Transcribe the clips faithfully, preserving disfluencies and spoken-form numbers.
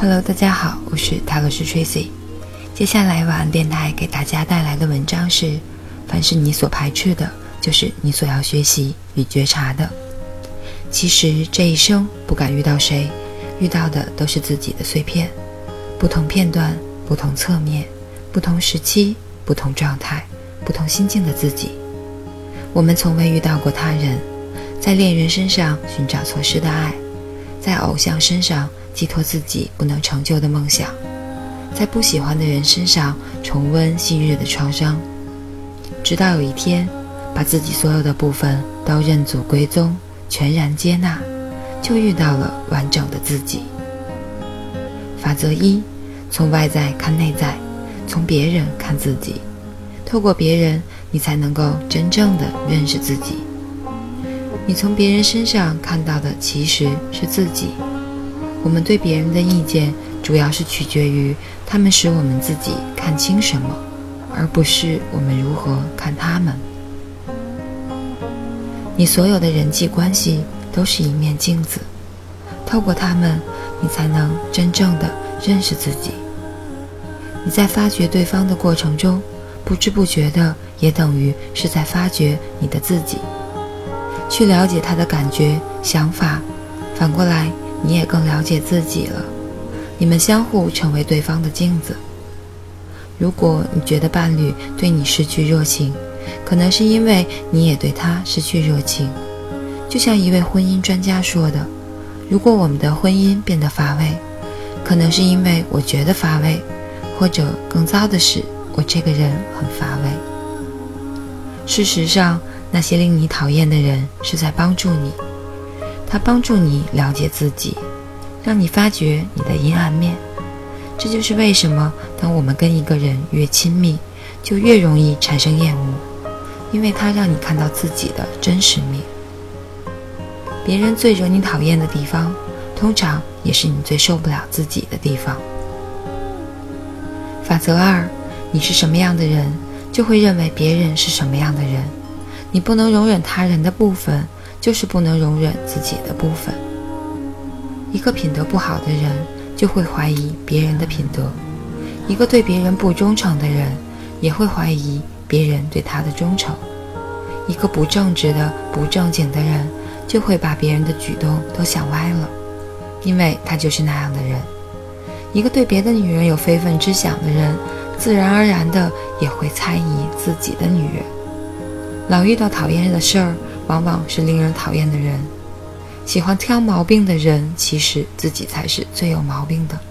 Hello， 大家好，我是塔罗斯 Tracy。接下来晚安电台给大家带来的文章是：凡是你所排斥的，就是你所要学习与觉察的。其实这一生不管遇到谁，遇到的都是自己的碎片，不同片段，不同侧面，不同时期，不同状态，不同心境的自己。我们从未遇到过他人，在恋人身上寻找错失的爱，在偶像身上寄托自己不能成就的梦想，在不喜欢的人身上重温昔日的创伤，直到有一天把自己所有的部分都认祖归宗，全然接纳，就遇到了完整的自己。法则一，从外在看内在，从别人看自己，透过别人，你才能够真正的认识自己。你从别人身上看到的其实是自己。我们对别人的意见主要是取决于他们使我们自己看清什么，而不是我们如何看他们。你所有的人际关系都是一面镜子，透过他们，你才能真正的认识自己。你在发掘对方的过程中，不知不觉的也等于是在发掘你的自己，去了解他的感觉、想法，反过来你也更了解自己了。你们相互成为对方的镜子。如果你觉得伴侣对你失去热情，可能是因为你也对他失去热情。就像一位婚姻专家说的，如果我们的婚姻变得乏味，可能是因为我觉得乏味，或者更糟的是，我这个人很乏味。事实上，那些令你讨厌的人是在帮助你，他帮助你了解自己，让你发觉你的阴暗面。这就是为什么当我们跟一个人越亲密，就越容易产生厌恶，因为他让你看到自己的真实面。别人最惹你讨厌的地方，通常也是你最受不了自己的地方。法则二，你是什么样的人，就会认为别人是什么样的人。你不能容忍他人的部分，就是不能容忍自己的部分。一个品德不好的人，就会怀疑别人的品德；一个对别人不忠诚的人，也会怀疑别人对他的忠诚；一个不正直的、不正经的人，就会把别人的举动都想歪了，因为他就是那样的人。一个对别的女人有非分之想的人，自然而然的也会猜疑自己的女人。老遇到讨厌的事儿，往往是令人讨厌的人。喜欢挑毛病的人，其实自己才是最有毛病的。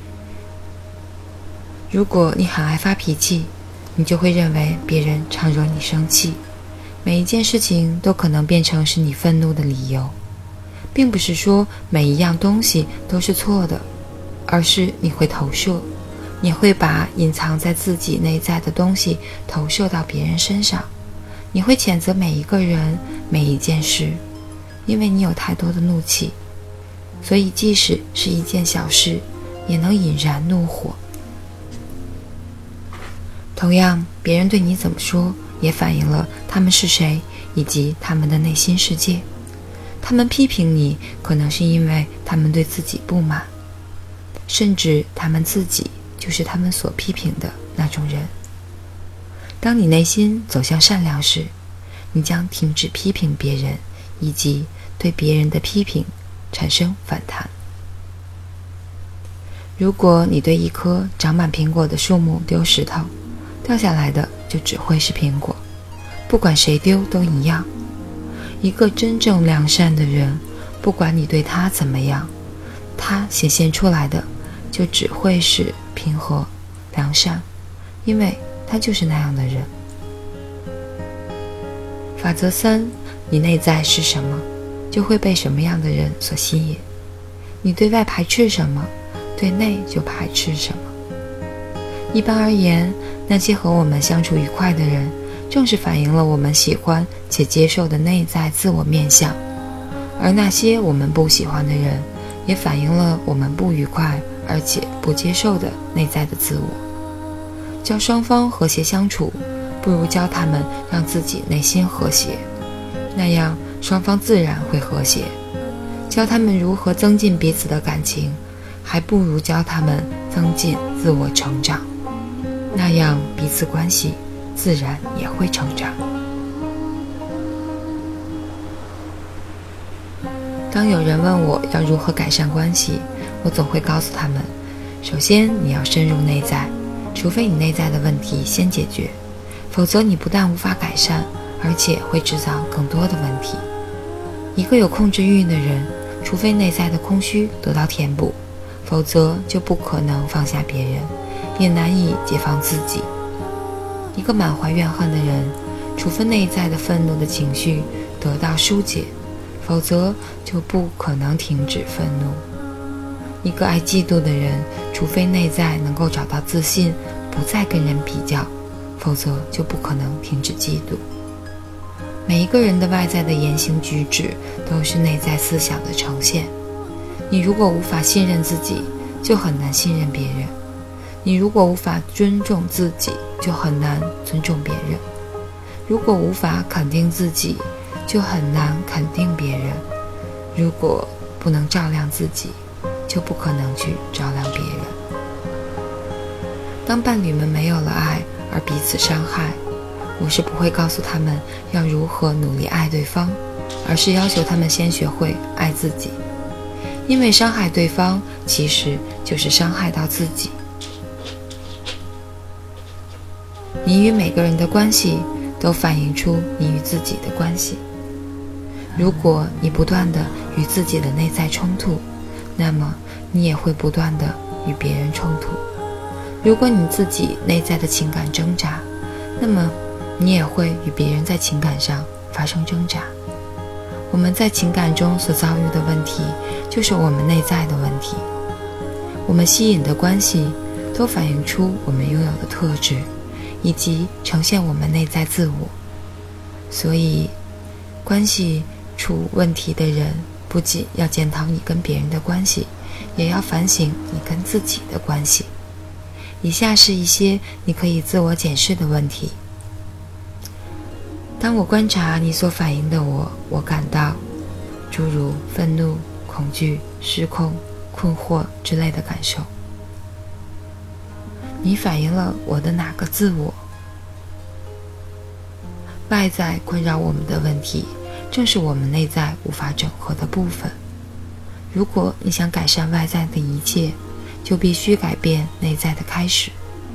如果你很爱发脾气，你就会认为别人常惹你生气，每一件事情都可能变成是你愤怒的理由。并不是说每一样东西都是错的，而是你会投射，你会把隐藏在自己内在的东西投射到别人身上。你会谴责每一个人，每一件事，因为你有太多的怒气，所以即使是一件小事，也能引燃怒火。同样，别人对你怎么说，也反映了他们是谁，以及他们的内心世界。他们批评你，可能是因为他们对自己不满，甚至他们自己就是他们所批评的那种人。当你内心走向善良时，你将停止批评别人，以及对别人的批评产生反弹。如果你对一棵长满苹果的树木丢石头，掉下来的就只会是苹果，不管谁丢都一样。一个真正良善的人，不管你对他怎么样，他显现出来的就只会是平和、良善，因为他就是那样的人。法则三，你内在是什么，就会被什么样的人所吸引。你对外排斥什么，对内就排斥什么。一般而言，那些和我们相处愉快的人，正是反映了我们喜欢且接受的内在自我面相，而那些我们不喜欢的人，也反映了我们不愉快而且不接受的内在的自我。教双方和谐相处，不如教他们让自己内心和谐，那样双方自然会和谐。教他们如何增进彼此的感情， 还不如教他们增进自我成长，那样彼此关系自然也会成长。当有人问我要如何改善关系，我总会告诉他们，首先你要深入内在，除非你内在的问题先解决，否则你不但无法改善，而且会制造更多的问题。一个有控制欲的人，除非内在的空虚得到填补，否则就不可能放下别人，也难以解放自己。一个满怀怨恨的人，除非内在的愤怒的情绪得到疏解，否则就不可能停止愤怒。一个爱嫉妒的人，除非内在能够找到自信，不再跟人比较，否则就不可能停止嫉妒。每一个人的外在的言行举止都是内在思想的呈现。你如果无法信任自己，就很难信任别人；你如果无法尊重自己，就很难尊重别人；如果无法肯定自己，就很难肯定别人；如果不能照亮自己，就不可能去照亮别人。当伴侣们没有了爱而彼此伤害，我是不会告诉他们要如何努力爱对方，而是要求他们先学会爱自己。因为伤害对方其实就是伤害到自己。你与每个人的关系都反映出你与自己的关系。如果你不断地与自己的内在冲突，那么你也会不断地与别人冲突。如果你自己内在的情感挣扎，那么你也会与别人在情感上发生挣扎。我们在情感中所遭遇的问题，就是我们内在的问题。我们吸引的关系都反映出我们拥有的特质，以及呈现我们内在自我。所以关系出问题的人，不仅要检讨你跟别人的关系，也要反省你跟自己的关系。以下是一些你可以自我检视的问题。当我观察你所反映的我，我感到诸如愤怒、恐惧、失控、困惑之类的感受。你反映了我的哪个自我？外在困扰我们的问题，正是我们内在无法整合的部分。如果你想改善外在的一切，就必须改变内在的开始。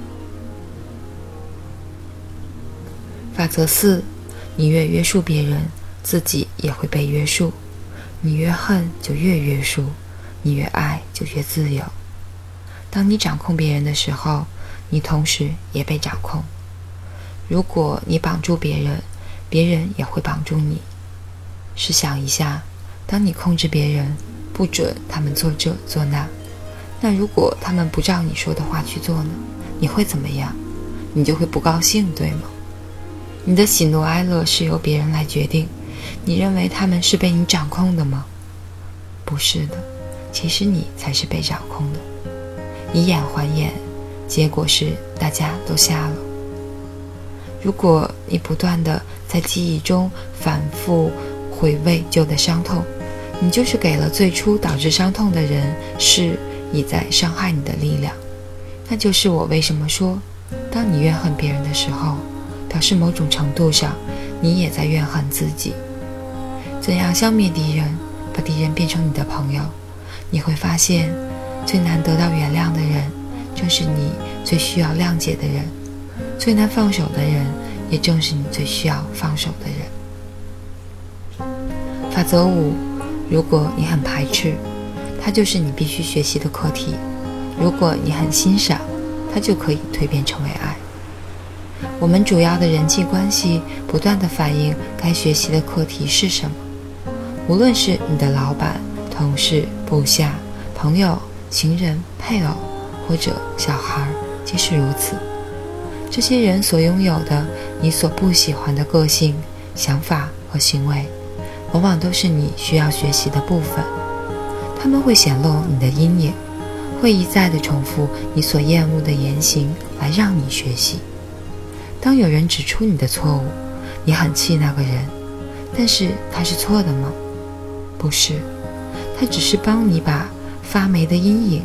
法则四，你越约束别人，自己也会被约束。你越恨就越约束，你越爱就越自由。当你掌控别人的时候，你同时也被掌控。如果你绑住别人，别人也会绑住你。试想一下，当你控制别人，不准他们做这做那，那如果他们不照你说的话去做呢？你会怎么样？你就会不高兴，对吗？你的喜怒哀乐是由别人来决定，你认为他们是被你掌控的吗？不是的，其实你才是被掌控的。以眼还眼，结果是大家都瞎了。如果你不断地在记忆中反复回味旧的伤痛，你就是给了最初导致伤痛的人事以在伤害你的力量。那就是我为什么说，当你怨恨别人的时候，表示某种程度上你也在怨恨自己。怎样消灭敌人，把敌人变成你的朋友？你会发现，最难得到原谅的人，正是你最需要谅解的人；最难放手的人，也正是你最需要放手的人。法则五，如果你很排斥，它就是你必须学习的课题；如果你很欣赏，它就可以蜕变成为爱。我们主要的人际关系不断地反映该学习的课题是什么，无论是你的老板、同事、部下、朋友、情人、配偶或者小孩，皆是如此。这些人所拥有的你所不喜欢的个性、想法和行为，往往都是你需要学习的部分。他们会显露你的阴影，会一再地重复你所厌恶的言行来让你学习。当有人指出你的错误，你很气那个人，但是他是错的吗？不是，他只是帮你把发霉的阴影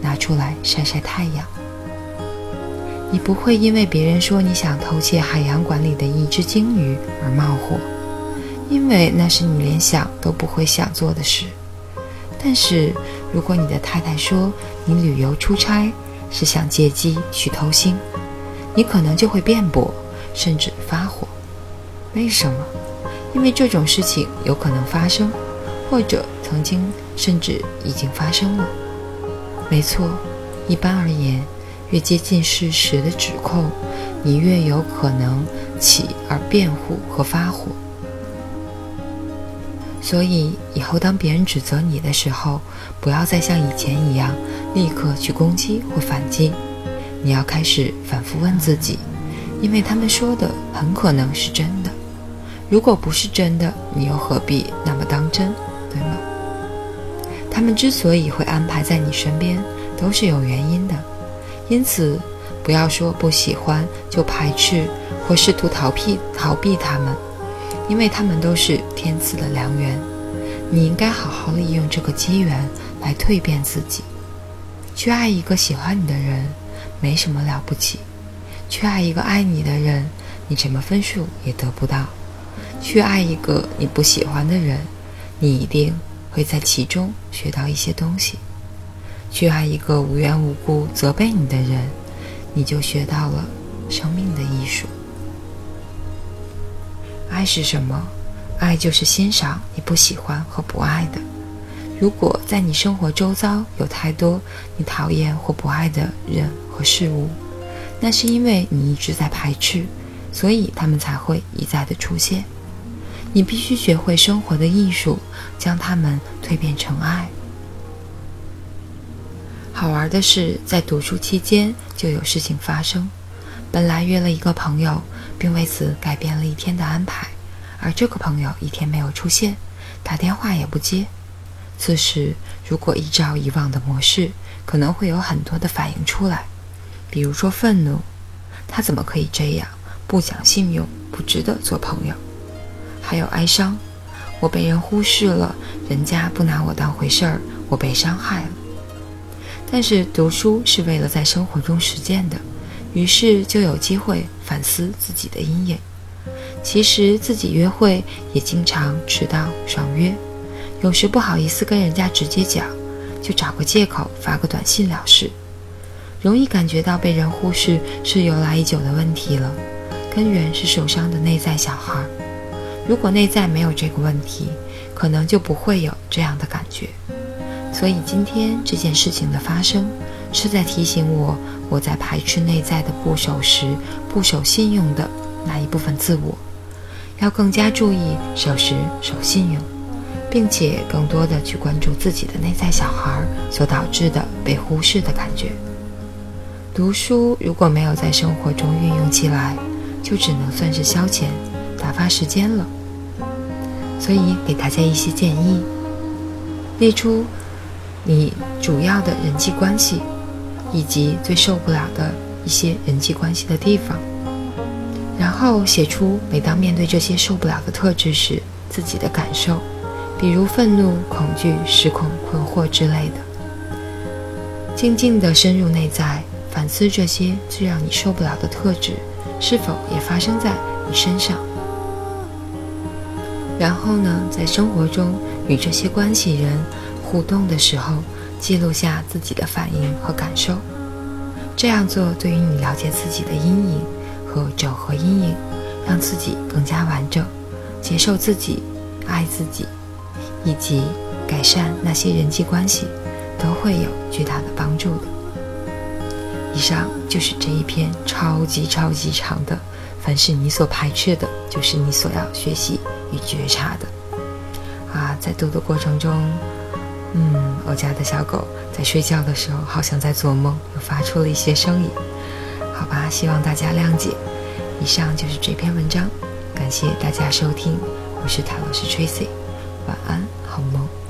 拿出来晒晒太阳。你不会因为别人说你想偷窃海洋馆里的一只鲸鱼而冒火，因为那是你连想都不会想做的事。但是如果你的太太说你旅游出差是想借机去偷腥，你可能就会辩驳，甚至发火。为什么？因为这种事情有可能发生，或者曾经甚至已经发生了。没错，一般而言，越接近事实的指控，你越有可能起而辩护和发火。所以以后当别人指责你的时候，不要再像以前一样立刻去攻击或反击，你要开始反复问自己，因为他们说的很可能是真的。如果不是真的，你又何必那么当真，对吗？他们之所以会安排在你身边，都是有原因的。因此，不要说不喜欢就排斥或试图逃避逃避他们，因为他们都是天赐的良缘。你应该好好利用这个机缘来蜕变自己。去爱一个喜欢你的人，没什么了不起；去爱一个爱你的人，你什么分数也得不到。去爱一个你不喜欢的人，你一定会在其中学到一些东西。去爱一个无缘无故责备你的人，你就学到了生命的艺术。爱是什么？爱就是欣赏你不喜欢和不爱的。如果在你生活周遭有太多你讨厌或不爱的人和事物，那是因为你一直在排斥，所以他们才会一再的出现。你必须学会生活的艺术，将它们蜕变成爱。好玩的是，在读书期间就有事情发生。本来约了一个朋友，并为此改变了一天的安排，而这个朋友一天没有出现，打电话也不接。此时如果依照以往的模式，可能会有很多的反应出来，比如说愤怒，他怎么可以这样，不讲信用，不值得做朋友。还有哀伤，我被人忽视了，人家不拿我当回事儿，我被伤害了。但是读书是为了在生活中实践的，于是就有机会反思自己的阴影。其实自己约会也经常迟到爽约，有时不好意思跟人家直接讲，就找个借口发个短信了事。容易感觉到被人忽视是由来已久的问题了，根源是受伤的内在小孩。如果内在没有这个问题，可能就不会有这样的感觉。所以今天这件事情的发生，是在提醒我，我在排斥内在的不守时、不守信用的那一部分自我，要更加注意守时、守信用，并且更多的去关注自己的内在小孩所导致的被忽视的感觉。读书如果没有在生活中运用起来，就只能算是消遣、打发时间了。所以给大家一些建议，列出你主要的人际关系，以及最受不了的一些人际关系的地方，然后写出每当面对这些受不了的特质时自己的感受，比如愤怒、恐惧、失控、困惑之类的。静静地深入内在，反思这些最让你受不了的特质是否也发生在你身上。然后呢，在生活中与这些关系人互动的时候，记录下自己的反应和感受。这样做对于你了解自己的阴影和整合阴影，让自己更加完整，接受自己，爱自己，以及改善那些人际关系，都会有巨大的帮助的。以上就是这一篇超级超级长的，凡是你所排斥的，就是你所要学习与觉察的。啊，在读的过程中，嗯，我家的小狗在睡觉的时候好像在做梦，又发出了一些声音。好吧，希望大家谅解。以上就是这篇文章，感谢大家收听，我是塔罗斯 Tracy， 晚安，好梦。